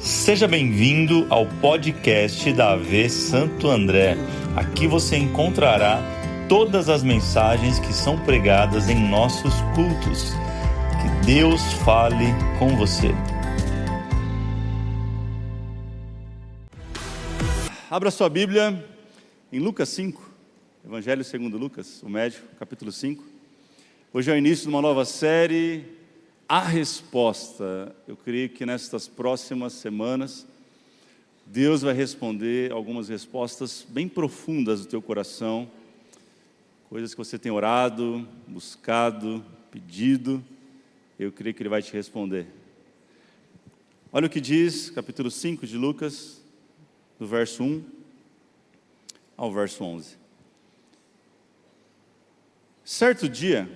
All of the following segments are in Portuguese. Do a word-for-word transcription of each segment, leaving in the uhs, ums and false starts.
Seja bem-vindo ao podcast da A V Santo André. Aqui você encontrará todas as mensagens que são pregadas em nossos cultos. Que Deus fale com você. Abra sua Bíblia em Lucas cinco, Evangelho segundo Lucas, o médico, capítulo cinco. Hoje é o início de uma nova série, A Resposta. Eu creio que nestas próximas semanas, Deus vai responder algumas respostas bem profundas do teu coração, coisas que você tem orado, buscado, pedido. Eu creio que Ele vai te responder. Olha o que diz, capítulo cinco de Lucas, do verso um ao verso onze. Certo dia,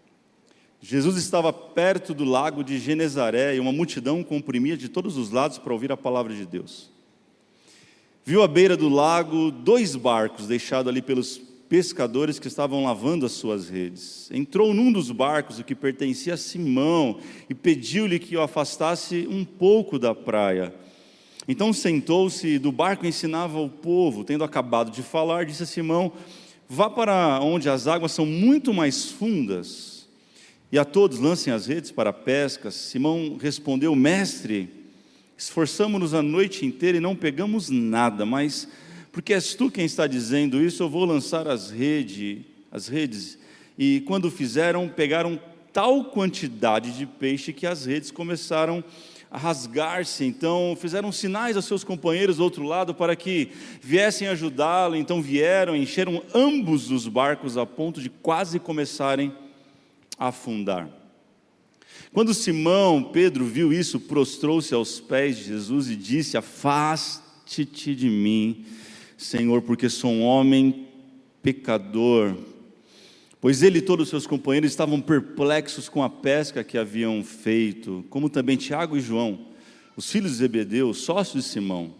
Jesus estava perto do lago de Genezaré e uma multidão comprimia de todos os lados para ouvir a palavra de Deus. Viu à beira do lago dois barcos deixados ali pelos pescadores que estavam lavando as suas redes. Entrou num dos barcos, o que pertencia a Simão, e pediu-lhe que o afastasse um pouco da praia. Então sentou-se e do barco ensinava o povo. Tendo acabado de falar, disse a Simão: vá para onde as águas são muito mais fundas, e a todos lancem as redes para a pesca. Simão respondeu: mestre, esforçamo-nos a noite inteira e não pegamos nada, mas porque és tu quem está dizendo isso, eu vou lançar as redes, as redes. E quando fizeram, pegaram tal quantidade de peixe que as redes começaram a rasgar-se. Então fizeram sinais aos seus companheiros do outro lado para que viessem ajudá-lo. Então vieram, encheram ambos os barcos a ponto de quase começarem a afundar. Quando Simão Pedro viu isso, prostrou-se aos pés de Jesus e disse: afaste-te de mim, Senhor, porque sou um homem pecador. Pois ele e todos os seus companheiros estavam perplexos com a pesca que haviam feito, como também Tiago e João, os filhos de Zebedeu, sócios de Simão.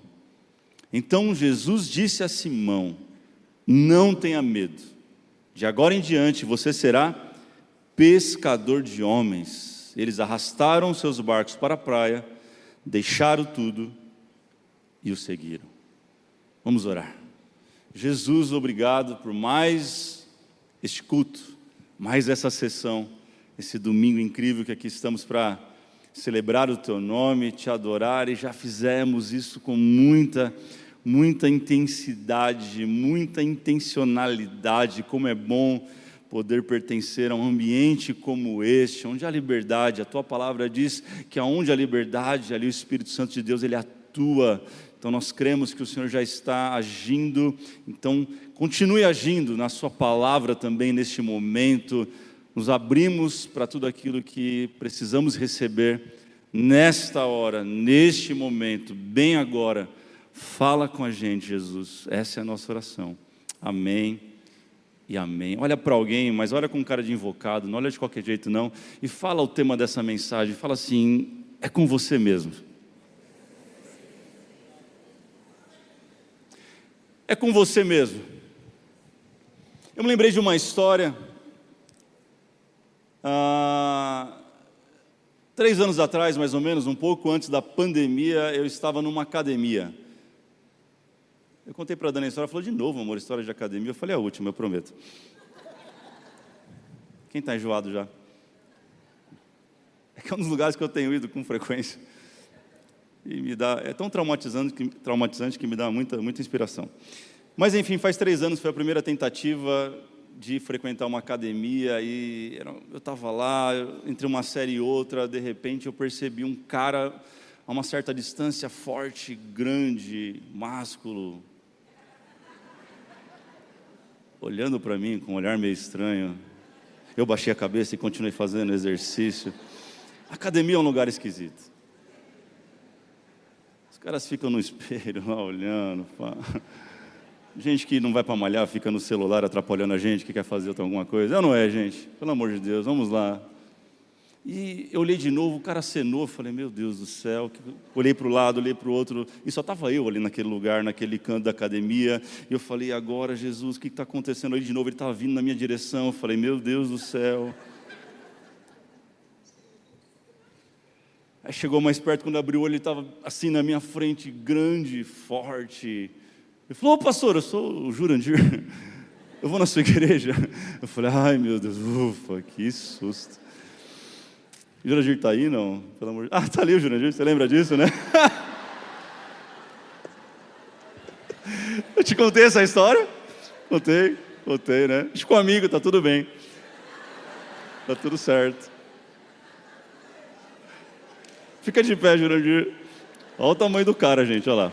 Então Jesus disse a Simão: não tenha medo, de agora em diante você será pescador de homens. Eles arrastaram seus barcos para a praia, deixaram tudo e o seguiram. Vamos orar. Jesus, obrigado por mais este culto, mais essa sessão, esse domingo incrível que aqui estamos para celebrar o teu nome, te adorar, e já fizemos isso com muita, muita intensidade, muita intencionalidade. Como é bom poder pertencer a um ambiente como este, onde há liberdade. A tua palavra diz que aonde há liberdade, ali o Espírito Santo de Deus, ele atua. Então nós cremos que o Senhor já está agindo. Então continue agindo na sua palavra também neste momento. Nos abrimos para tudo aquilo que precisamos receber nesta hora, neste momento, bem agora. Fala com a gente, Jesus. Essa é a nossa oração. Amém e amém. Olha para alguém, mas olha com cara de invocado, não olha de qualquer jeito não, e fala o tema dessa mensagem. Fala assim: é com você mesmo. É com você mesmo. Eu me lembrei de uma história, ah, três anos atrás, mais ou menos, um pouco antes da pandemia, eu estava numa academia. Eu contei para a Dani a história, ela falou: de novo, amor, história de academia. Eu falei: a última, eu prometo. Quem está enjoado já? É que é um dos lugares que eu tenho ido com frequência. E me dá, é tão traumatizante que, traumatizante que me dá muita, muita inspiração. Mas enfim, faz três anos, foi a primeira tentativa de frequentar uma academia, e era, eu estava lá, entre uma série e outra, de repente eu percebi um cara a uma certa distância, forte, grande, másculo, olhando para mim com um olhar meio estranho. Eu baixei a cabeça e continuei fazendo exercício. A academia é um lugar esquisito. Os caras ficam no espelho lá olhando. Pá. Gente que não vai para malhar, fica no celular atrapalhando a gente, que quer fazer outra alguma coisa. Não, não é, gente? Pelo amor de Deus, vamos lá. E eu olhei de novo, o cara acenou, falei: meu Deus do céu. Olhei para o lado, olhei para o outro, e só estava eu ali naquele lugar, naquele canto da academia. E eu falei: agora, Jesus, o que está acontecendo aí de novo? Ele estava vindo na minha direção. Eu falei: meu Deus do céu. Aí chegou mais perto, quando abriu o olho, ele estava assim na minha frente, grande, forte. Ele falou: ô pastor, eu sou o Jurandir, eu vou na sua igreja. Eu falei: ai meu Deus, ufa, que susto. O Jurandir está aí, não? Pelo amor de... Ah, está ali o Jurandir, você lembra disso, né? Eu te contei essa história? Contei, contei, né? A gente ficou amigo, está tudo bem. Está tudo certo. Fica de pé, Jurandir. Olha o tamanho do cara, gente, olha lá.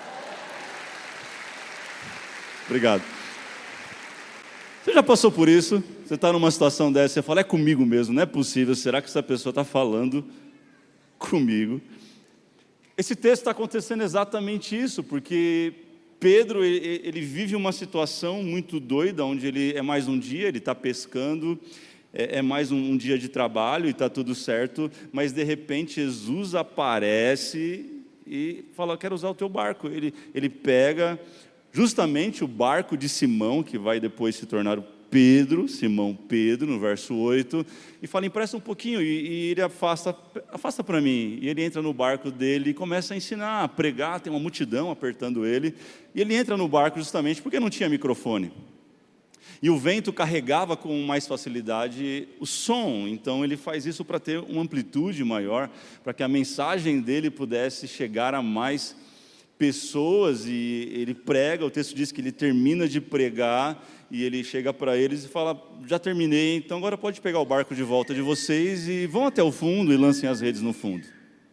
Obrigado. Você já passou por isso? Você está numa situação dessa, você fala: é comigo mesmo, não é possível, será que essa pessoa está falando comigo? Esse texto está acontecendo exatamente isso, porque Pedro, ele, ele vive uma situação muito doida, onde ele é mais um dia, ele está pescando, é, é mais um, um dia de trabalho e está tudo certo, mas de repente Jesus aparece e fala: quero usar o teu barco. Ele, ele pega justamente o barco de Simão, que vai depois se tornar o Pedro, Simão Pedro, no verso oito, e fala: empresta um pouquinho, e, e ele afasta, afasta para mim, e ele entra no barco dele e começa a ensinar, a pregar, tem uma multidão apertando ele, e ele entra no barco justamente porque não tinha microfone, e o vento carregava com mais facilidade o som, então ele faz isso para ter uma amplitude maior, para que a mensagem dele pudesse chegar a mais pessoas, e ele prega, o texto diz que ele termina de pregar, e ele chega para eles e fala: já terminei, então agora pode pegar o barco de volta de vocês, e vão até o fundo e lancem as redes no fundo.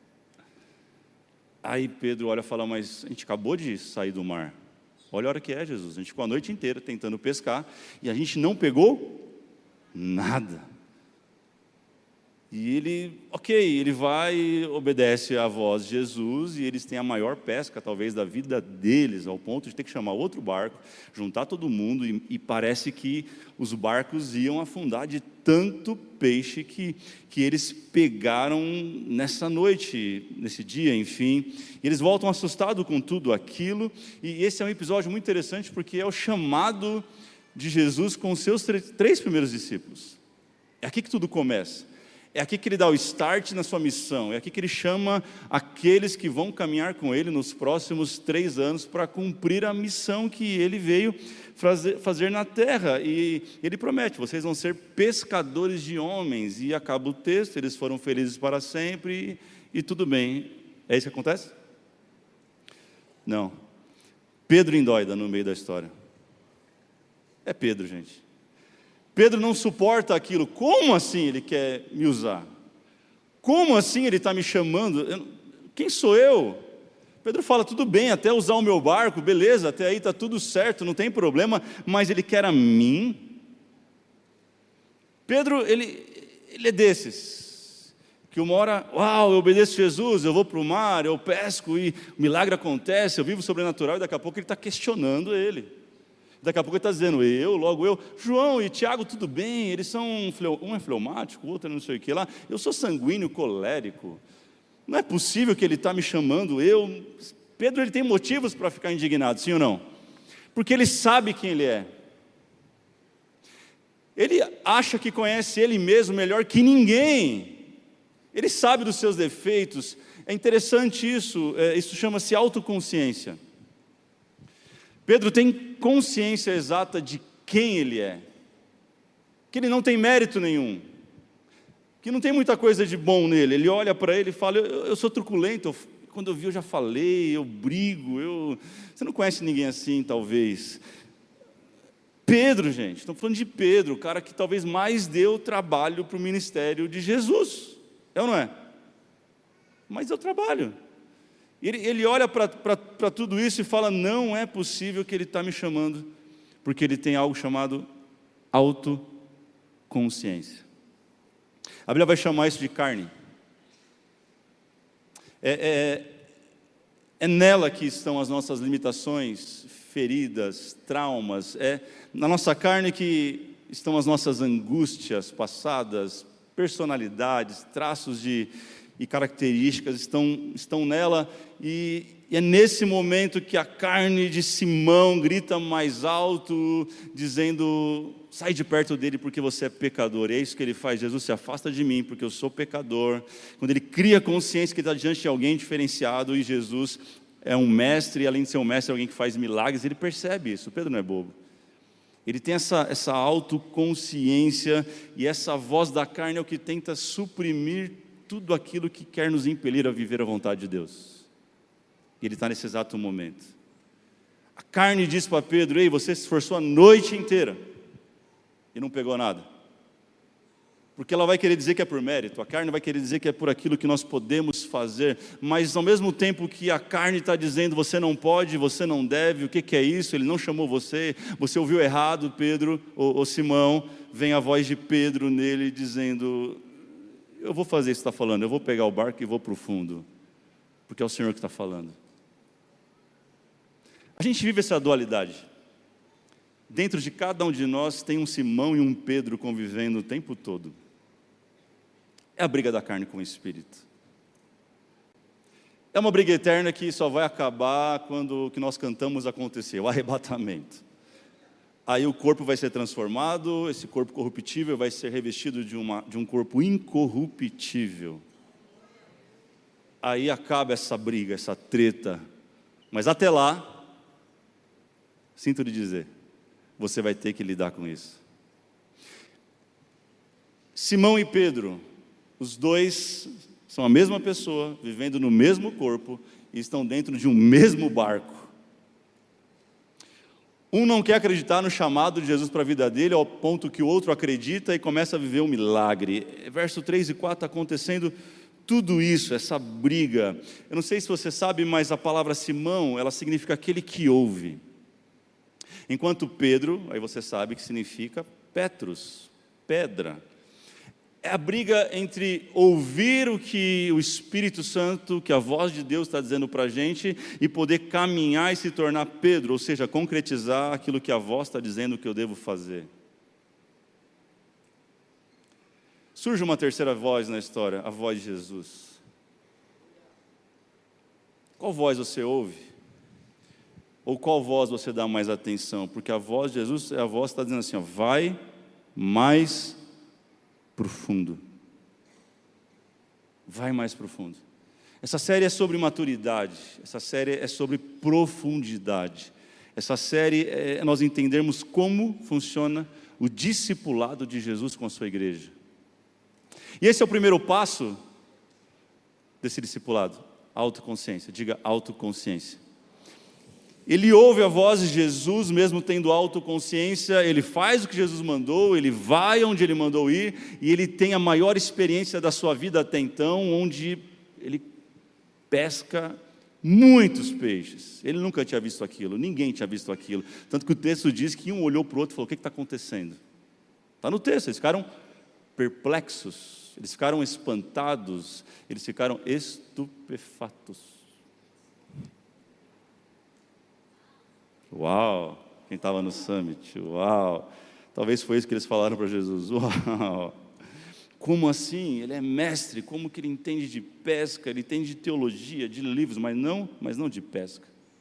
Aí Pedro olha e fala: mas a gente acabou de sair do mar, olha a hora que é, Jesus, a gente ficou a noite inteira tentando pescar, e a gente não pegou nada. E ele, ok, ele vai, obedece à voz de Jesus, e eles têm a maior pesca, talvez, da vida deles, ao ponto de ter que chamar outro barco, juntar todo mundo, e, e parece que os barcos iam afundar de tanto peixe que, que eles pegaram nessa noite, nesse dia, enfim. E eles voltam assustados com tudo aquilo, e esse é um episódio muito interessante, porque é o chamado de Jesus com os seus três, três primeiros discípulos. É aqui que tudo começa. É aqui que ele dá o start na sua missão, é aqui que ele chama aqueles que vão caminhar com ele nos próximos três anos para cumprir a missão que ele veio fazer, fazer na terra. E ele promete: vocês vão ser pescadores de homens. E acaba o texto, eles foram felizes para sempre e, e tudo bem. É isso que acontece? Não. Pedro endoida no meio da história. É Pedro, gente. Pedro não suporta aquilo. Como assim ele quer me usar? Como assim ele está me chamando? Eu, quem sou eu? Pedro fala: tudo bem, até usar o meu barco, beleza, até aí está tudo certo, não tem problema, mas ele quer a mim? Pedro, ele, ele é desses, que uma hora, uau, eu obedeço Jesus, eu vou para o mar, eu pesco e o milagre acontece, eu vivo sobrenatural, e daqui a pouco ele está questionando ele. Daqui a pouco ele está dizendo: eu, logo eu, João e Tiago, tudo bem, eles são, um é fleumático, o outro é não sei o que lá, eu sou sanguíneo, colérico, não é possível que ele está me chamando, eu, Pedro, ele tem motivos para ficar indignado, sim ou não? Porque ele sabe quem ele é, ele acha que conhece ele mesmo melhor que ninguém, ele sabe dos seus defeitos. É interessante isso, é, isso chama-se autoconsciência. Pedro tem consciência exata de quem ele é, que ele não tem mérito nenhum, que não tem muita coisa de bom nele. Ele olha para ele e fala: eu, eu sou truculento, eu, quando eu vi eu já falei, eu brigo, eu... Você não conhece ninguém assim, talvez. Pedro, gente, estamos falando de Pedro, o cara que talvez mais deu trabalho para o ministério de Jesus, é ou não é? Mas deu trabalho. Ele, ele olha para tudo isso e fala: não é possível que ele está me chamando, porque ele tem algo chamado autoconsciência. A Bíblia vai chamar isso de carne. É, é, é nela que estão as nossas limitações, feridas, traumas. É na nossa carne que estão as nossas angústias passadas, personalidades, traços de... e características estão, estão nela, e, e é nesse momento que a carne de Simão grita mais alto, dizendo: sai de perto dele porque você é pecador. E é isso que ele faz: Jesus, se afasta de mim porque eu sou pecador. Quando ele cria consciência que está diante de alguém diferenciado, e Jesus é um mestre, e além de ser um mestre, é alguém que faz milagres, ele percebe isso. Pedro não é bobo. Ele tem essa, essa autoconsciência, e essa voz da carne é o que tenta suprimir tudo aquilo que quer nos impelir a viver a vontade de Deus. E ele está nesse exato momento. A carne diz para Pedro: ei, você se esforçou a noite inteira e não pegou nada. Porque ela vai querer dizer que é por mérito, a carne vai querer dizer que é por aquilo que nós podemos fazer, mas ao mesmo tempo que a carne está dizendo: você não pode, você não deve, o que, que é isso? Ele não chamou você, você ouviu errado, Pedro, ou, ou Simão. Vem a voz de Pedro nele dizendo: eu vou fazer isso que está falando, eu vou pegar o barco e vou para o fundo, porque é o Senhor que está falando. A gente vive essa dualidade. Dentro de cada um de nós tem um Simão e um Pedro convivendo o tempo todo. É a briga da carne com o Espírito. É uma briga eterna que só vai acabar quando o que nós cantamos acontecer, o arrebatamento. Aí o corpo vai ser transformado, esse corpo corruptível vai ser revestido de, uma, de um corpo incorruptível. Aí acaba essa briga, essa treta. Mas até lá, sinto lhe dizer, você vai ter que lidar com isso. Simão e Pedro, os dois são a mesma pessoa, vivendo no mesmo corpo, e estão dentro de um mesmo barco. Um não quer acreditar no chamado de Jesus para a vida dele, ao ponto que o outro acredita e começa a viver um milagre. Verso três e quatro, está acontecendo tudo isso, essa briga. Eu não sei se você sabe, mas a palavra Simão, ela significa aquele que ouve. Enquanto Pedro, aí você sabe que significa Petros, pedra. É a briga entre ouvir o que o Espírito Santo, que a voz de Deus está dizendo para a gente, e poder caminhar e se tornar Pedro, ou seja, concretizar aquilo que a voz está dizendo que eu devo fazer. Surge uma terceira voz na história, a voz de Jesus. Qual voz você ouve? Ou qual voz você dá mais atenção? Porque a voz de Jesus, a voz está dizendo assim, ó, vai mais profundo. Vai mais profundo. Essa série é sobre maturidade, essa série é sobre profundidade. Essa série é nós entendermos como funciona o discipulado de Jesus com a sua igreja. E esse é o primeiro passo desse discipulado, autoconsciência. Diga autoconsciência. Ele ouve a voz de Jesus, mesmo tendo autoconsciência, ele faz o que Jesus mandou, ele vai onde ele mandou ir, e ele tem a maior experiência da sua vida até então, onde ele pesca muitos peixes. Ele nunca tinha visto aquilo, ninguém tinha visto aquilo, tanto que o texto diz que um olhou para o outro e falou, o que está acontecendo? Está no texto, eles ficaram perplexos, eles ficaram espantados, eles ficaram estupefatos. Uau, quem estava no summit, uau, talvez foi isso que eles falaram para Jesus, uau, como assim? Ele é mestre, como que ele entende de pesca, ele entende de teologia, de livros, mas não, mas não de pesca.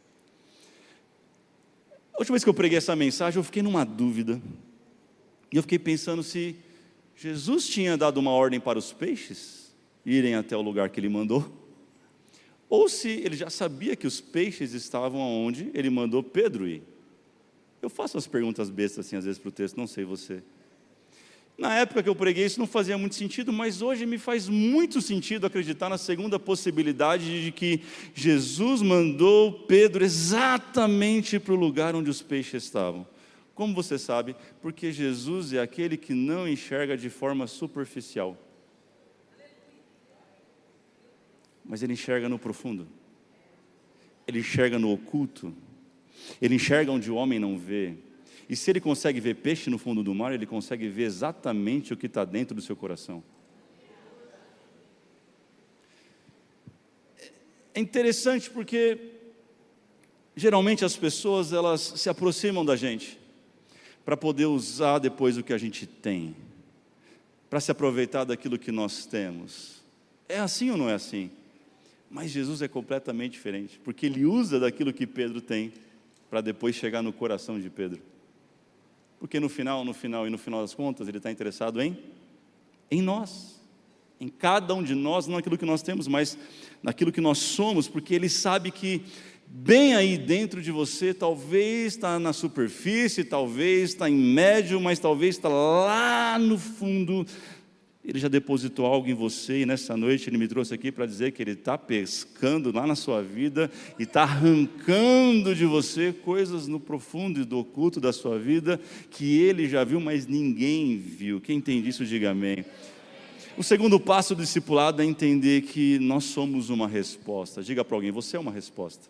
A última vez que eu preguei essa mensagem, eu fiquei numa dúvida, e eu fiquei pensando se Jesus tinha dado uma ordem para os peixes irem até o lugar que ele mandou, ou se ele já sabia que os peixes estavam onde ele mandou Pedro ir. Eu faço as perguntas bestas assim às vezes para o texto, não sei você. Na época que eu preguei isso não fazia muito sentido, mas hoje me faz muito sentido acreditar na segunda possibilidade de que Jesus mandou Pedro exatamente para o lugar onde os peixes estavam. Como você sabe? Porque Jesus é aquele que não enxerga de forma superficial. Mas ele enxerga no profundo, ele enxerga no oculto, ele enxerga onde o homem não vê, e se ele consegue ver peixe no fundo do mar, ele consegue ver exatamente o que está dentro do seu coração. É interessante porque, geralmente as pessoas, elas se aproximam da gente, para poder usar depois o que a gente tem, para se aproveitar daquilo que nós temos. É assim ou não é assim? Mas Jesus é completamente diferente, porque ele usa daquilo que Pedro tem, para depois chegar no coração de Pedro. Porque no final, no final e no final das contas, Ele está interessado em, em nós, em cada um de nós, não naquilo que nós temos, mas naquilo que nós somos, porque Ele sabe que bem aí dentro de você, talvez está na superfície, talvez está em médio, mas talvez está lá no fundo. Ele já depositou algo em você, e nessa noite Ele me trouxe aqui para dizer que Ele está pescando lá na sua vida, e está arrancando de você coisas no profundo e do oculto da sua vida, que Ele já viu, mas ninguém viu. Quem entende isso, diga amém. O segundo passo do discipulado é entender que nós somos uma resposta. Diga para alguém, você é uma resposta.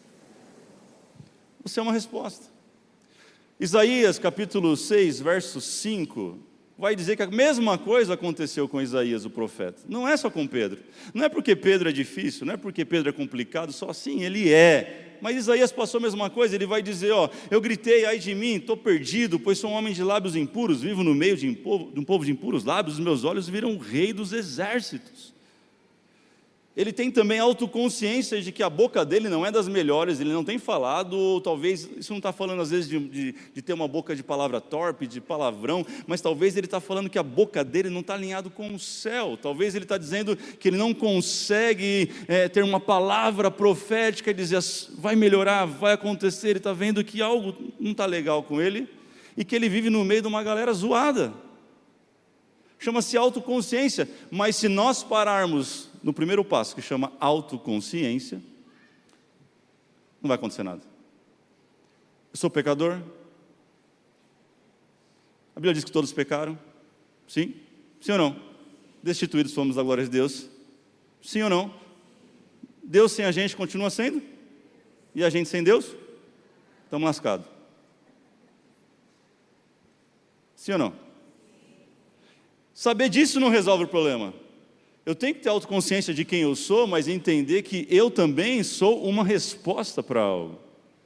Você é uma resposta. Isaías capítulo seis, verso cinco, vai dizer que a mesma coisa aconteceu com Isaías, o profeta. Não é só com Pedro. Não é porque Pedro é difícil, não é porque Pedro é complicado, só assim, ele é. Mas Isaías passou a mesma coisa, ele vai dizer, ó, eu gritei, ai de mim, estou perdido, pois sou um homem de lábios impuros, vivo no meio de um povo de, um povo de impuros lábios, os meus olhos viram o rei dos exércitos. Ele tem também autoconsciência de que a boca dele não é das melhores, ele não tem falado, ou talvez, isso não está falando às vezes de, de, de ter uma boca de palavra torpe, de palavrão, mas talvez ele está falando que a boca dele não está alinhado com o céu, talvez ele está dizendo que ele não consegue é, ter uma palavra profética e dizer, vai melhorar, vai acontecer, ele está vendo que algo não está legal com ele, e que ele vive no meio de uma galera zoada. Chama-se autoconsciência, mas se nós pararmos no primeiro passo, que chama autoconsciência, não vai acontecer nada. Eu sou pecador? A Bíblia diz que todos pecaram? Sim? Sim ou não? Destituídos fomos da glória de Deus? Sim ou não? Deus sem a gente continua sendo? E a gente sem Deus? Estamos lascados. Sim ou não? Saber disso não resolve o problema. Eu tenho que ter autoconsciência de quem eu sou, mas entender que eu também sou uma resposta para algo.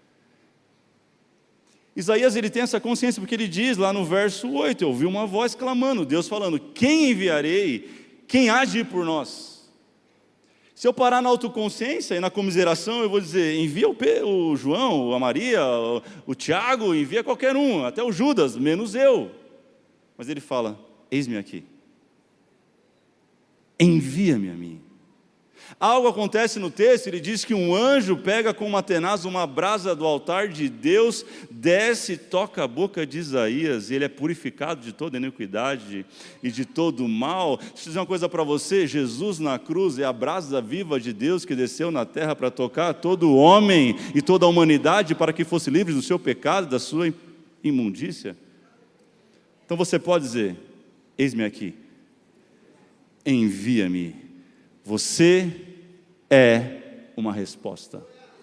Isaías, ele tem essa consciência, porque ele diz lá no verso oito, eu ouvi uma voz clamando, Deus falando, quem enviarei? Quem há de ir por nós? Se eu parar na autoconsciência e na comiseração, eu vou dizer, envia o, P, o João, a Maria, o, o Tiago, envia qualquer um, até o Judas, menos eu. Mas ele fala, eis-me aqui. Envia-me a mim. Algo acontece no texto, ele diz que um anjo pega com uma tenaz uma brasa do altar de Deus, desce, toca a boca de Isaías, e ele é purificado de toda iniquidade e de todo mal. Deixa eu dizer uma coisa para você, Jesus na cruz é a brasa viva de Deus que desceu na terra para tocar todo homem e toda a humanidade para que fosse livre do seu pecado, da sua imundícia. Então você pode dizer, eis-me aqui. Envia-me. Você é uma resposta.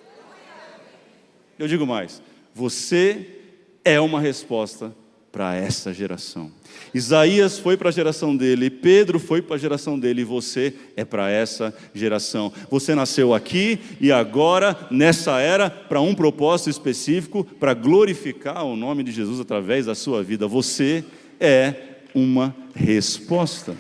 Eu digo mais, você é uma resposta para essa geração. Isaías foi para a geração dele, Pedro foi para a geração dele, e você é para essa geração. Você nasceu aqui e agora, nessa era, para um propósito específico, para glorificar o nome de Jesus através da sua vida. Você é uma resposta.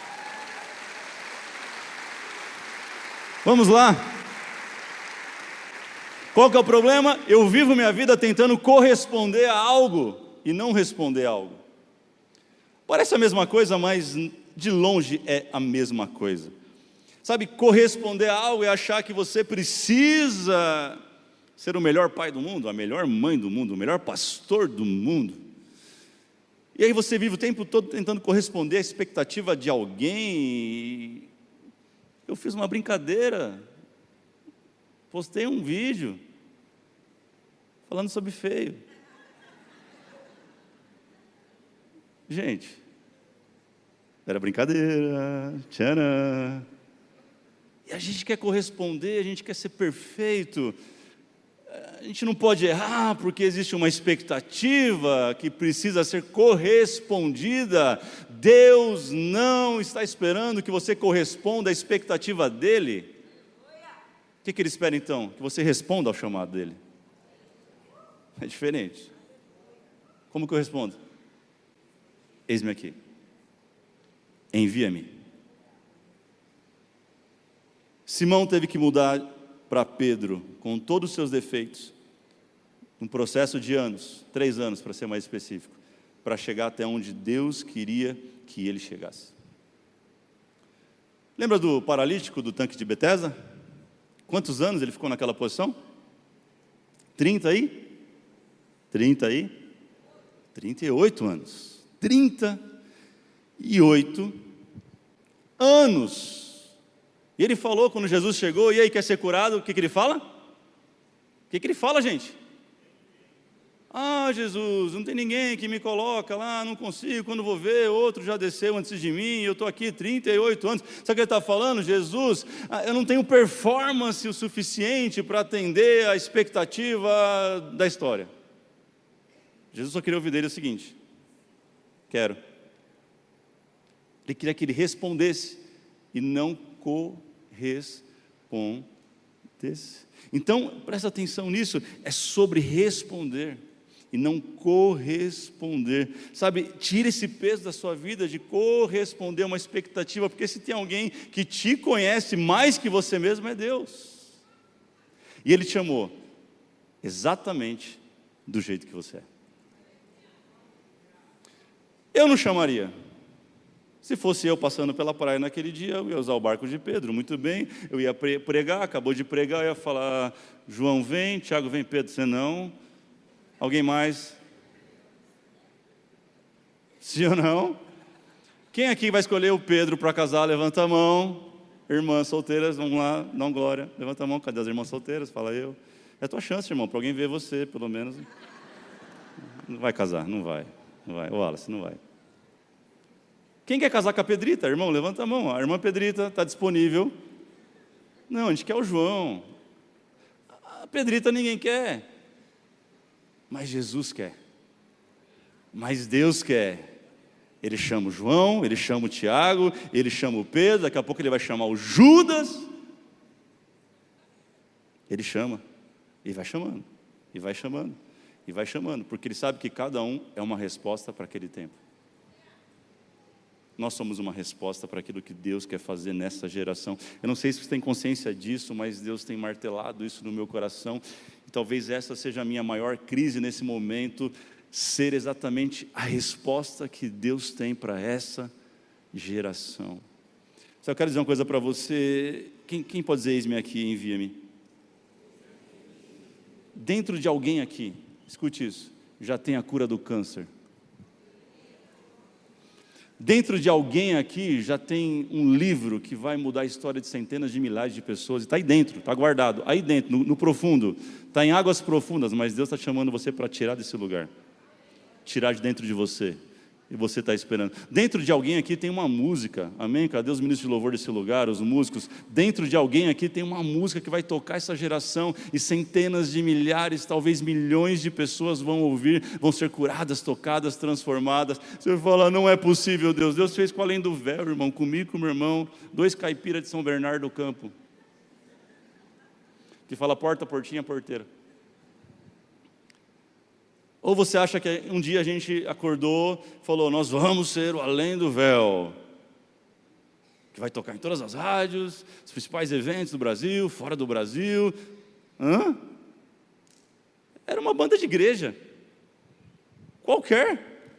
Vamos lá. Qual que é o problema? Eu vivo minha vida tentando corresponder a algo e não responder a algo. Parece a mesma coisa, mas de longe é a mesma coisa. Sabe, corresponder a algo é achar que você precisa ser o melhor pai do mundo, a melhor mãe do mundo, o melhor pastor do mundo. E aí você vive o tempo todo tentando corresponder à expectativa de alguém. Eu fiz uma brincadeira, postei um vídeo falando sobre feio. Gente, era brincadeira, tcharam. E a gente quer corresponder, a gente quer ser perfeito. A gente não pode errar porque existe uma expectativa que precisa ser correspondida. Deus não está esperando que você corresponda à expectativa dEle. O que, que Ele espera então? Que você responda ao chamado dEle. É diferente. Como que eu respondo? Eis-me aqui. Envia-me. Simão teve que mudar para Pedro, com todos os seus defeitos, num processo de anos, três anos para ser mais específico. para chegar até onde Deus queria que ele chegasse. Lembra do paralítico do tanque de Betesda? Quantos anos ele ficou naquela posição? trinta aí? trinta aí? trinta e oito anos. trinta e oito anos. E ele falou quando Jesus chegou, e aí, quer ser curado? O que, que ele fala? O que, que ele fala, gente? Ah, Jesus, não tem ninguém que me coloca lá, não consigo, quando vou ver, outro já desceu antes de mim, eu estou aqui trinta e oito anos. Sabe o que ele está falando? Jesus, eu não tenho performance o suficiente para atender a expectativa da história. Jesus só queria ouvir dele o seguinte: quero. Ele queria que ele respondesse e não correspondesse. Então, presta atenção nisso, é sobre responder e não corresponder, sabe? Tira esse peso da sua vida de corresponder a uma expectativa, porque se tem alguém que te conhece mais que você mesmo, é Deus. E Ele te chamou exatamente do jeito que você é. Eu não chamaria. Se fosse eu passando pela praia naquele dia, eu ia usar o barco de Pedro, muito bem, eu ia pregar, acabou de pregar, eu ia falar: João vem, Tiago vem, Pedro, você não? Alguém mais? Sim ou não? Quem aqui vai escolher o Pedro para casar? Levanta a mão. Irmãs solteiras, vamos lá, dão glória. Levanta a mão, cadê as irmãs solteiras? Fala eu. É a tua chance, irmão, para alguém ver você, pelo menos. Não vai casar, não vai. Não vai. Ô, Wallace, não vai. Quem quer casar com a Pedrita? Irmão, levanta a mão. A irmã Pedrita está disponível. Não, a gente quer o João. A Pedrita ninguém quer. Mas Jesus quer. Mas Deus quer. Ele chama o João, ele chama o Tiago, ele chama o Pedro, daqui a pouco ele vai chamar o Judas. Ele chama. E vai chamando. E vai chamando. E vai chamando. Porque ele sabe que cada um é uma resposta para aquele tempo. Nós somos uma resposta para aquilo que Deus quer fazer nessa geração. Eu não sei se você tem consciência disso, mas Deus tem martelado isso no meu coração. E talvez essa seja a minha maior crise nesse momento, ser exatamente a resposta que Deus tem para essa geração. Só quero dizer uma coisa para você. Quem, quem pode dizer eis-me aqui, envia-me? Dentro de alguém aqui, escute isso, já tem a cura do câncer. Dentro de alguém aqui já tem um livro que vai mudar a história de centenas de milhares de pessoas. Está aí dentro, está guardado, aí dentro, no, no profundo. Está em águas profundas, mas Deus está chamando você para tirar desse lugar. Tirar de dentro de você. E você está esperando. Dentro de alguém aqui tem uma música. Amém? Cadê os ministros de louvor desse lugar, os músicos? Dentro de alguém aqui tem uma música que vai tocar essa geração. E centenas de milhares, talvez milhões de pessoas vão ouvir, vão ser curadas, tocadas, transformadas. Você vai falar: não é possível, Deus. Deus fez com além do véu, irmão. Comigo, com meu irmão. Dois caipiras de São Bernardo do Campo. Que fala porta, portinha, porteira. Ou você acha que um dia a gente acordou, falou: nós vamos ser o além do véu, que vai tocar em todas as rádios, os principais eventos do Brasil, fora do Brasil. Hã? Era uma banda de igreja, qualquer.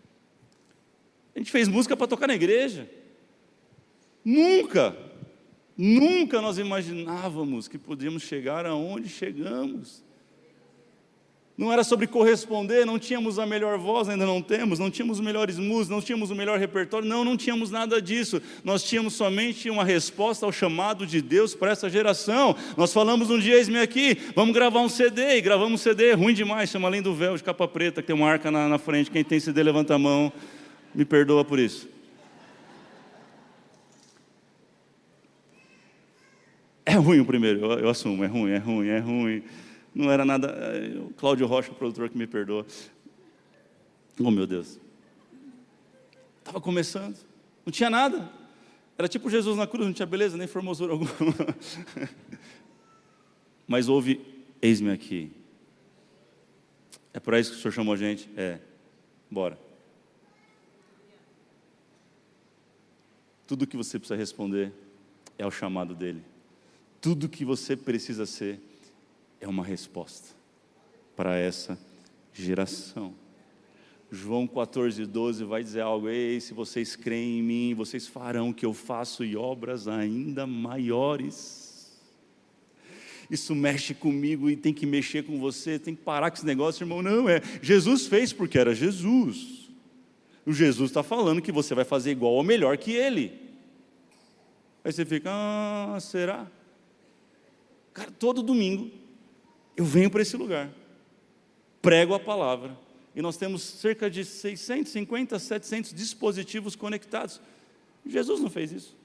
A gente fez música para tocar na igreja. Nunca, nunca nós imaginávamos que podíamos chegar aonde chegamos. Não era sobre corresponder, não tínhamos a melhor voz, ainda não temos, não tínhamos os melhores músicos, não tínhamos o melhor repertório, não, não tínhamos nada disso. Nós tínhamos somente uma resposta ao chamado de Deus para essa geração. Nós falamos um dia: eis-me aqui, vamos gravar um C D, e gravamos um C D, ruim demais, chama Além do Véu, de capa preta, que tem uma arca na, na frente. Quem tem C D, levanta a mão, me perdoa por isso. É ruim o primeiro, eu, eu assumo, é ruim, é ruim, é ruim. Não era nada. O Cláudio Rocha, o produtor, que me perdoa. Oh, meu Deus. Estava começando. Não tinha nada. Era tipo Jesus na cruz, não tinha beleza, nem formosura alguma. Mas houve: eis-me aqui. É para isso que o Senhor chamou a gente? É. Bora. Tudo que você precisa responder é o chamado dele. Tudo que você precisa ser é uma resposta para essa geração. João quatorze, doze vai dizer algo: ei, se vocês creem em mim, vocês farão o que eu faço e obras ainda maiores. Isso mexe comigo e tem que mexer com você, tem que parar com esse negócio, irmão. Não, é, Jesus fez porque era Jesus. O Jesus está falando que você vai fazer igual ou melhor que Ele. Aí você fica, ah, será? Cara, todo domingo eu venho para esse lugar, prego a palavra, e nós temos cerca de seiscentos e cinquenta, setecentos dispositivos conectados. Jesus não fez isso.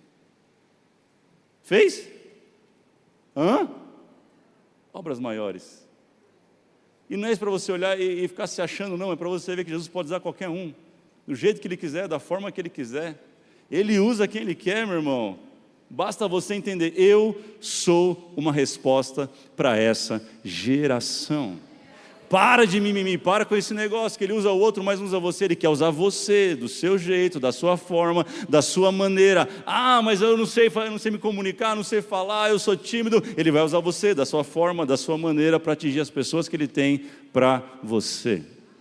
Fez? Hã? Obras maiores. E não é isso para você olhar e, e ficar se achando, não, é para você ver que Jesus pode usar qualquer um, do jeito que Ele quiser, da forma que Ele quiser. Ele usa quem Ele quer, meu irmão. Basta você entender, eu sou uma resposta para essa geração. Para de mimimi, para com esse negócio que Ele usa o outro, mas não usa você. Ele quer usar você, do seu jeito, da sua forma, da sua maneira. Ah, mas eu não sei, eu não sei me comunicar, não sei falar, eu sou tímido. Ele vai usar você, da sua forma, da sua maneira, para atingir as pessoas que Ele tem para você.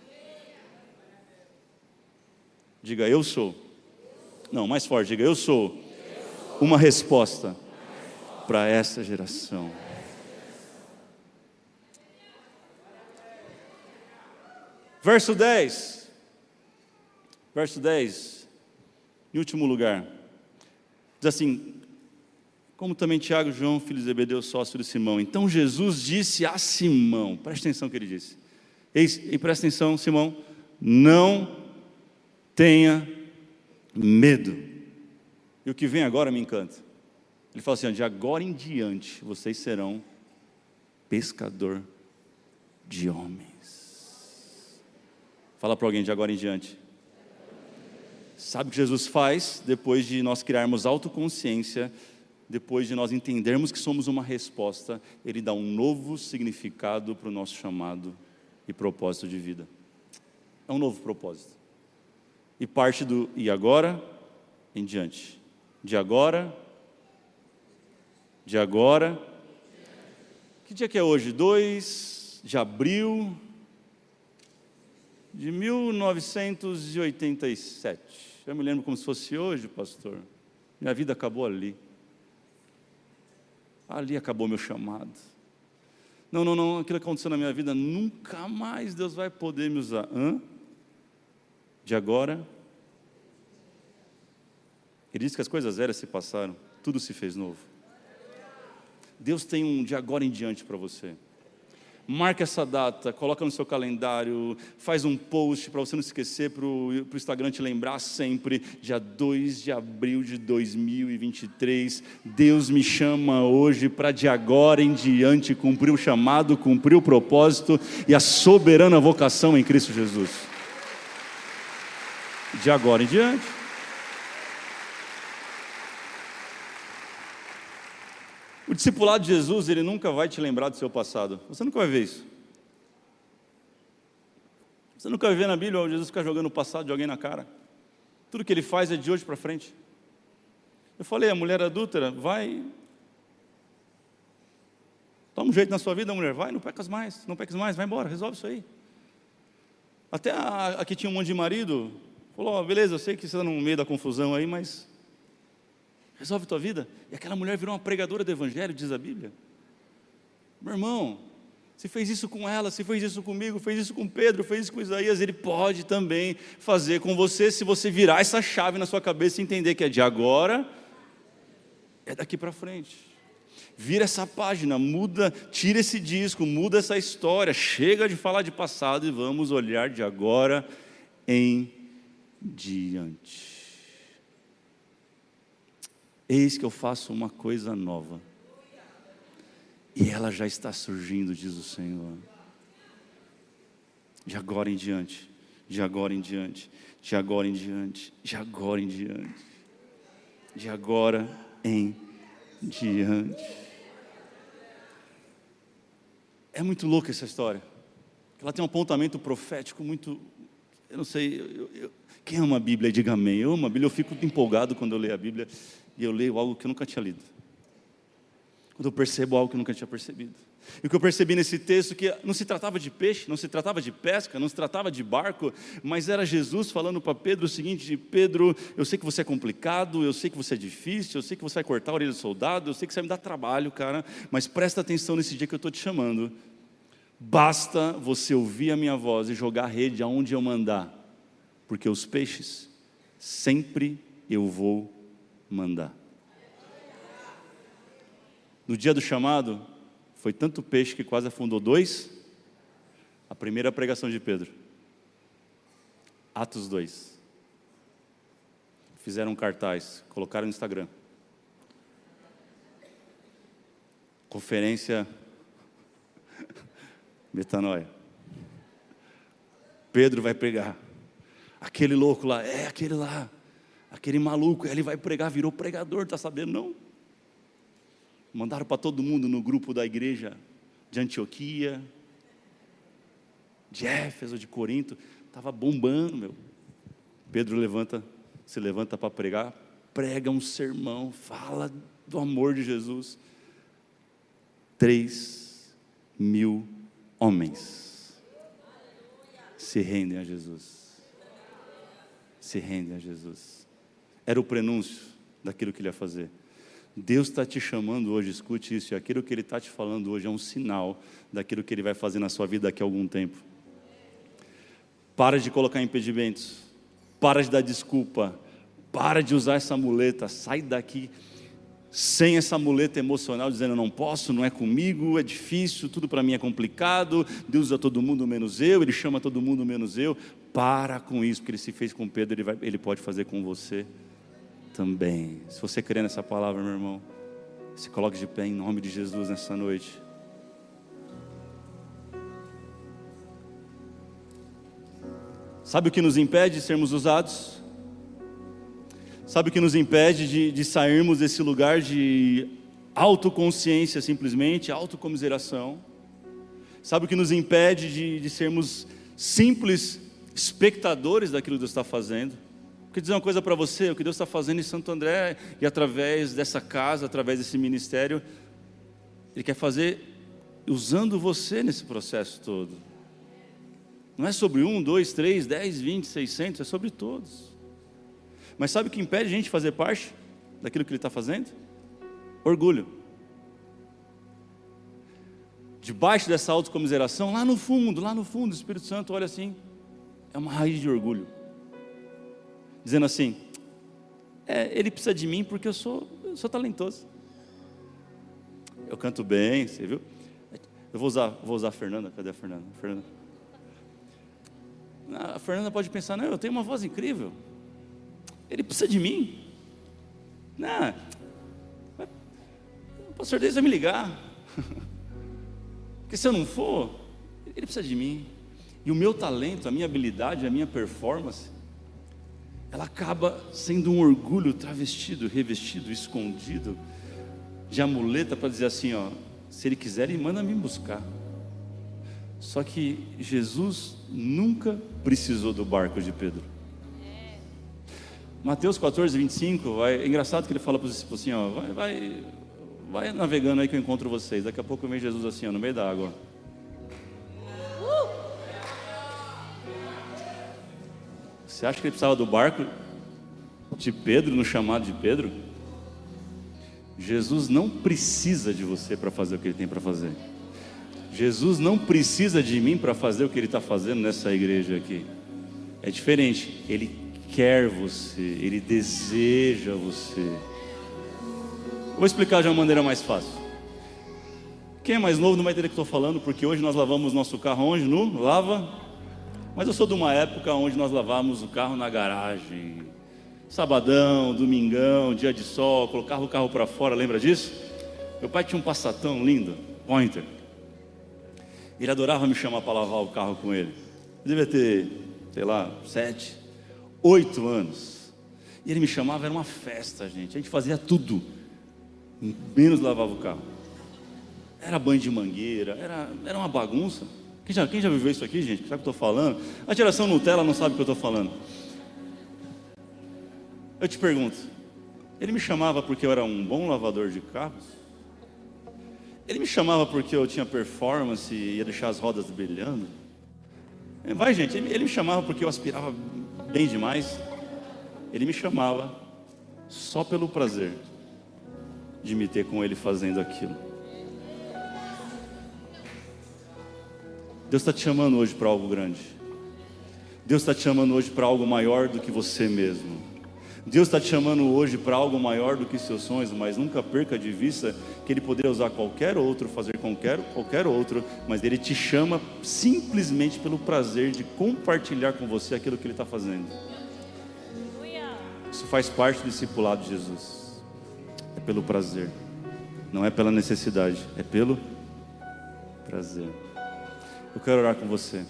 Diga, eu sou. Não, mais forte, diga, eu sou uma resposta para essa geração. Verso dez, verso dez, em último lugar, diz assim, como também Tiago, João, filho de Zebedeu, sócio de Simão. Então Jesus disse a Simão, presta atenção no que ele disse, Eis, e presta atenção, Simão, não tenha medo. E o que vem agora me encanta. Ele fala assim, de agora em diante, vocês serão pescador de homens. Fala para alguém, de agora em diante. Sabe o que Jesus faz depois de nós criarmos autoconsciência, depois de nós entendermos que somos uma resposta? Ele dá um novo significado para o nosso chamado e propósito de vida. É um novo propósito. E parte do e agora em diante. De agora, de agora. Que dia que é hoje? dois de abril de mil novecentos e oitenta e sete. Eu me lembro como se fosse hoje, pastor. Minha vida acabou ali. Ali acabou meu chamado. Não, não, não, aquilo que aconteceu na minha vida, nunca mais Deus vai poder me usar. Hã? De agora. Ele diz que as coisas velhas se passaram, tudo se fez novo. Deus tem um de agora em diante para você. Marca essa data, coloca no seu calendário, faz um post para você não esquecer, para o Instagram te lembrar sempre, dia dois de abril de dois mil e vinte e três, Deus me chama hoje para de agora em diante cumprir o chamado, cumprir o propósito e a soberana vocação em Cristo Jesus. De agora em diante. O discipulado de Jesus, ele nunca vai te lembrar do seu passado. Você nunca vai ver isso. Você nunca vai ver na Bíblia Jesus ficar jogando o passado de alguém na cara. Tudo que ele faz é de hoje para frente. Eu falei, a mulher adúltera, vai, toma um jeito na sua vida, mulher, vai, não pecas mais, não peques mais, vai embora, resolve isso aí. Até a, a que tinha um monte de marido, falou, oh, beleza, eu sei que você está no meio da confusão aí, mas resolve tua vida. E aquela mulher virou uma pregadora do evangelho, diz a Bíblia. Meu irmão, se fez isso com ela, se fez isso comigo, fez isso com Pedro, fez isso com Isaías, Ele pode também fazer com você, se você virar essa chave na sua cabeça e entender que é de agora, é daqui para frente. Vira essa página, muda, tira esse disco, muda essa história, chega de falar de passado e vamos olhar de agora em diante. Eis que eu faço uma coisa nova, e ela já está surgindo, diz o Senhor. De agora em diante, de agora em diante, de agora em diante, de agora em diante, de agora em diante. É muito louca essa história. Ela tem um apontamento profético muito, eu não sei, eu, eu, quem ama a Bíblia, diga amém. Eu amo a Bíblia, eu fico empolgado quando eu leio a Bíblia, e eu leio algo que eu nunca tinha lido. Quando eu percebo algo que eu nunca tinha percebido. E o que eu percebi nesse texto, que não se tratava de peixe, não se tratava de pesca, não se tratava de barco, mas era Jesus falando para Pedro o seguinte: Pedro, eu sei que você é complicado, eu sei que você é difícil, eu sei que você vai cortar a orelha do soldado, eu sei que você vai me dar trabalho, cara, mas presta atenção nesse dia que eu estou te chamando. Basta você ouvir a minha voz e jogar a rede aonde eu mandar, porque os peixes sempre eu vou mandar. No dia do chamado, foi tanto peixe que quase afundou dois. A primeira pregação de Pedro, Atos dois. Fizeram um cartaz, colocaram no Instagram. Conferência Metanoia. Pedro vai pregar. Aquele louco lá, é aquele lá. Aquele maluco, ele vai pregar, virou pregador, tá sabendo não? Mandaram para todo mundo no grupo da igreja de Antioquia, de Éfeso, de Corinto, estava bombando, meu. Pedro levanta, se levanta para pregar, prega um sermão, fala do amor de Jesus. Três mil homens se rendem a Jesus. Se rendem a Jesus. Era o prenúncio daquilo que ele ia fazer. Deus está te chamando hoje, escute isso, e aquilo que Ele está te falando hoje é um sinal daquilo que Ele vai fazer na sua vida daqui a algum tempo. Para de colocar impedimentos, para de dar desculpa, para de usar essa muleta, sai daqui sem essa muleta emocional, dizendo eu não posso, não é comigo, é difícil, tudo para mim é complicado, Deus usa todo mundo menos eu, Ele chama todo mundo menos eu. Para com isso, porque Ele se fez com Pedro, Ele, vai, ele pode fazer com você também. Se você crê nessa palavra, meu irmão, se coloque de pé em nome de Jesus nessa noite. Sabe o que nos impede de sermos usados? Sabe o que nos impede de, de sairmos desse lugar de autoconsciência simplesmente, autocomiseração? Sabe o que nos impede de, de sermos simples espectadores daquilo que Deus está fazendo? Quero dizer uma coisa para você, o que Deus está fazendo em Santo André, e através dessa casa, através desse ministério, Ele quer fazer usando você nesse processo todo. Não é sobre um, dois, três, dez, vinte, seiscentos, é sobre todos. Mas sabe o que impede a gente de fazer parte daquilo que Ele está fazendo? Orgulho. Debaixo dessa autocomiseração, lá no fundo, lá no fundo, o Espírito Santo olha assim, é uma raiz de orgulho. Dizendo assim, é, ele precisa de mim porque eu sou, eu sou talentoso. Eu canto bem, você viu? Eu vou usar, vou usar a Fernanda, cadê a Fernanda? A Fernanda. A Fernanda pode pensar, não, eu tenho uma voz incrível. Ele precisa de mim. Não, o pastor Deus vai me ligar. Porque se eu não for, ele precisa de mim. E o meu talento, a minha habilidade, a minha performance, ela acaba sendo um orgulho travestido, revestido, escondido, de amuleta para dizer assim, ó, se Ele quiser, Ele manda me buscar. Só que Jesus nunca precisou do barco de Pedro. Mateus quatorze, vinte e cinco, vai, é engraçado que Ele fala para os discípulos assim, ó, vai, vai, vai navegando aí que eu encontro vocês. Daqui a pouco vem Jesus assim, ó, no meio da água. Você acha que Ele precisava do barco de Pedro, no chamado de Pedro? Jesus não precisa de você para fazer o que Ele tem para fazer. Jesus não precisa de mim para fazer o que Ele está fazendo nessa igreja aqui. É diferente, Ele quer você, Ele deseja você. Vou explicar de uma maneira mais fácil. Quem é mais novo não vai entender o que estou falando, porque hoje nós lavamos nosso carro onde? No lava. Mas eu sou de uma época onde nós lavávamos o carro na garagem. Sabadão, domingão, dia de sol, colocava o carro para fora, lembra disso? Meu pai tinha um Passatão lindo, Pointer. Ele adorava me chamar para lavar o carro com ele. Eu devia ter, sei lá, sete, oito anos. E ele me chamava, era uma festa, gente. A gente fazia tudo, menos lavava o carro. Era banho de mangueira, era, era uma bagunça. Quem já, quem já viveu isso aqui, gente? Sabe o que eu estou falando? A geração Nutella não sabe o que eu estou falando. Eu te pergunto, ele me chamava porque eu era um bom lavador de carros? Ele me chamava porque eu tinha performance e ia deixar as rodas brilhando? Vai, gente, ele, ele me chamava porque eu aspirava bem demais? Ele me chamava só pelo prazer de me ter com ele fazendo aquilo. Deus está te chamando hoje para algo grande. Deus está te chamando hoje para algo maior do que você mesmo. Deus está te chamando hoje para algo maior do que seus sonhos, mas nunca perca de vista que Ele poderia usar qualquer outro, fazer qualquer, qualquer outro, mas Ele te chama simplesmente pelo prazer de compartilhar com você aquilo que Ele está fazendo. Isso faz parte do discipulado de Jesus. É pelo prazer, não é pela necessidade, é pelo prazer. Eu quero orar com você.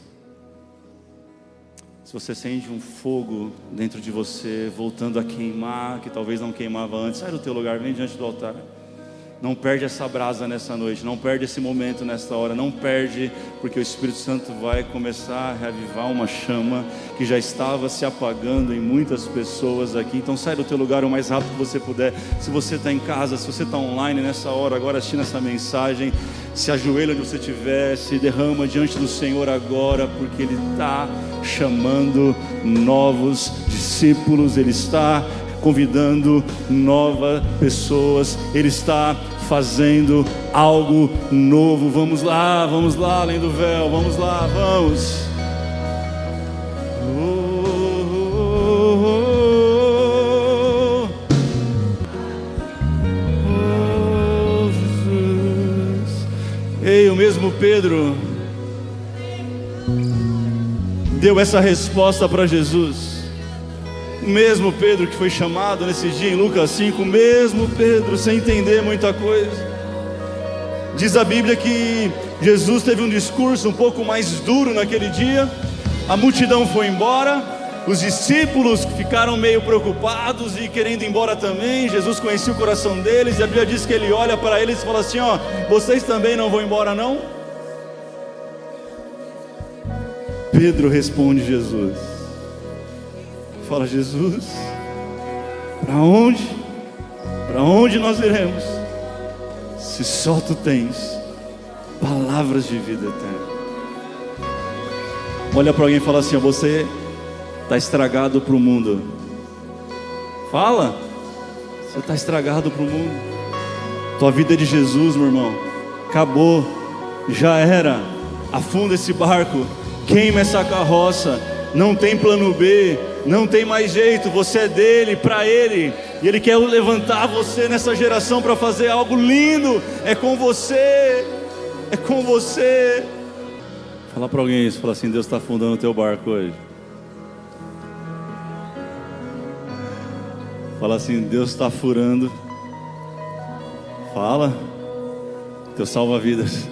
Se você sente um fogo dentro de você, voltando a queimar, que talvez não queimava antes, sai do teu lugar, vem diante do altar. Não perde essa brasa nessa noite, não perde esse momento nesta hora, não perde, porque o Espírito Santo vai começar a reavivar uma chama que já estava se apagando em muitas pessoas aqui. Então sai do teu lugar o mais rápido que você puder. Se você está em casa, se você está online nessa hora, agora assistindo essa mensagem, se ajoelha onde você estiver, se derrama diante do Senhor agora, porque Ele está chamando novos discípulos, Ele está convidando novas pessoas, Ele está fazendo algo novo. Vamos lá, vamos lá, além do véu, vamos lá, vamos. Oh, oh, oh, oh, Jesus. Ei, o mesmo Pedro deu essa resposta para Jesus. O mesmo Pedro que foi chamado nesse dia em Lucas cinco, o mesmo Pedro, sem entender muita coisa. Diz a Bíblia que Jesus teve um discurso um pouco mais duro naquele dia. A multidão foi embora, os discípulos ficaram meio preocupados e querendo ir embora também. Jesus conhecia o coração deles, e a Bíblia diz que Ele olha para eles e fala assim: ó, vocês também não vão embora não? Pedro responde Jesus, fala: Jesus, para onde, para onde nós iremos, se só Tu tens palavras de vida eterna? Olha para alguém e fala assim: ó, você está estragado para o mundo. Fala, você está estragado para o mundo. Tua vida é de Jesus, meu irmão. Acabou, já era. Afunda esse barco, queima essa carroça. Não tem plano B, não tem mais jeito. Você é dele, para Ele, e Ele quer levantar você nessa geração para fazer algo lindo. É com você, é com você. Fala para alguém isso, fala assim: Deus está afundando o teu barco hoje. Fala assim: Deus está furando. Fala, teu salva-vidas.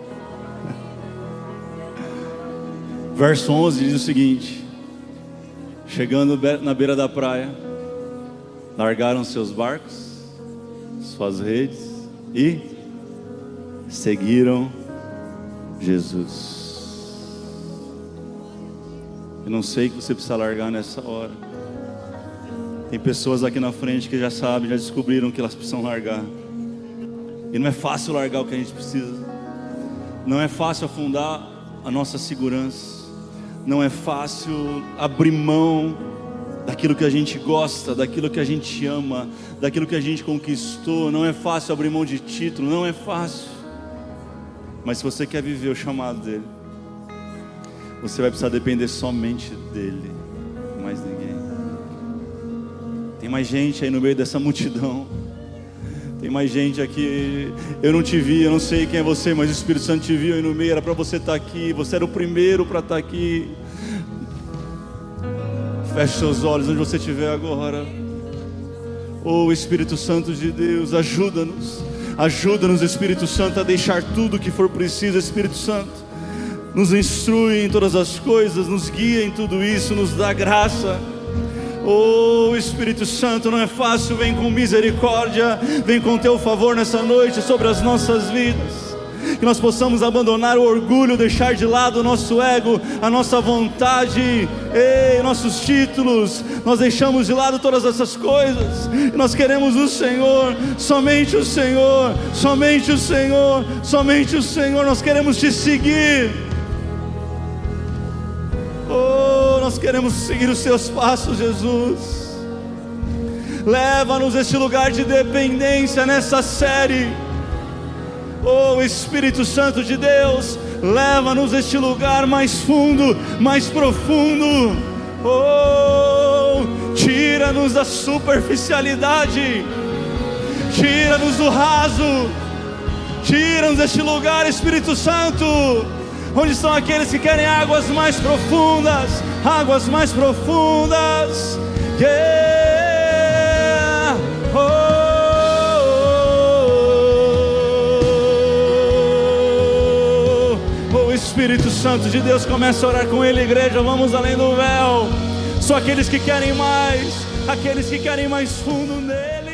Verso onze diz o seguinte: chegando na beira da praia, largaram seus barcos, suas redes e seguiram Jesus. Eu não sei o que você precisa largar nessa hora. Tem pessoas aqui na frente que já sabem, já descobriram que elas precisam largar. E não é fácil largar o que a gente precisa. Não é fácil afundar a nossa segurança. Não é fácil abrir mão daquilo que a gente gosta, daquilo que a gente ama, daquilo que a gente conquistou. Não é fácil abrir mão de título, não é fácil. Mas se você quer viver o chamado dele, você vai precisar depender somente dele, mais ninguém. Tem mais gente aí no meio dessa multidão. Tem mais gente aqui. Eu não te vi, eu não sei quem é você, mas o Espírito Santo te viu aí no meio. Era para você estar aqui, você era o primeiro para estar aqui. Feche seus olhos onde você estiver agora. Oh, Espírito Santo de Deus, ajuda-nos. Ajuda-nos, Espírito Santo, a deixar tudo o que for preciso. Espírito Santo, nos instrui em todas as coisas, nos guia em tudo isso, nos dá graça. Oh, Espírito Santo, não é fácil. Vem com misericórdia, vem com teu favor nessa noite sobre as nossas vidas. que nós possamos abandonar o orgulho, deixar de lado o nosso ego, a nossa vontade, ei, nossos títulos. Nós deixamos de lado todas essas coisas e nós queremos o Senhor, somente o Senhor, somente o Senhor, somente o Senhor. Nós queremos te seguir. Oh, nós queremos seguir os seus passos, Jesus. Leva-nos a este lugar de dependência nessa série. Oh, Espírito Santo de Deus, leva-nos a este lugar mais fundo, mais profundo. Oh, tira-nos da superficialidade, tira-nos do raso, tira-nos deste lugar, Espírito Santo. Onde estão aqueles que querem águas mais profundas, águas mais profundas? Yeah. Oh, Espírito Santo de Deus, começa a orar com Ele, igreja. Vamos além do véu. Só aqueles que querem mais, aqueles que querem mais fundo nele.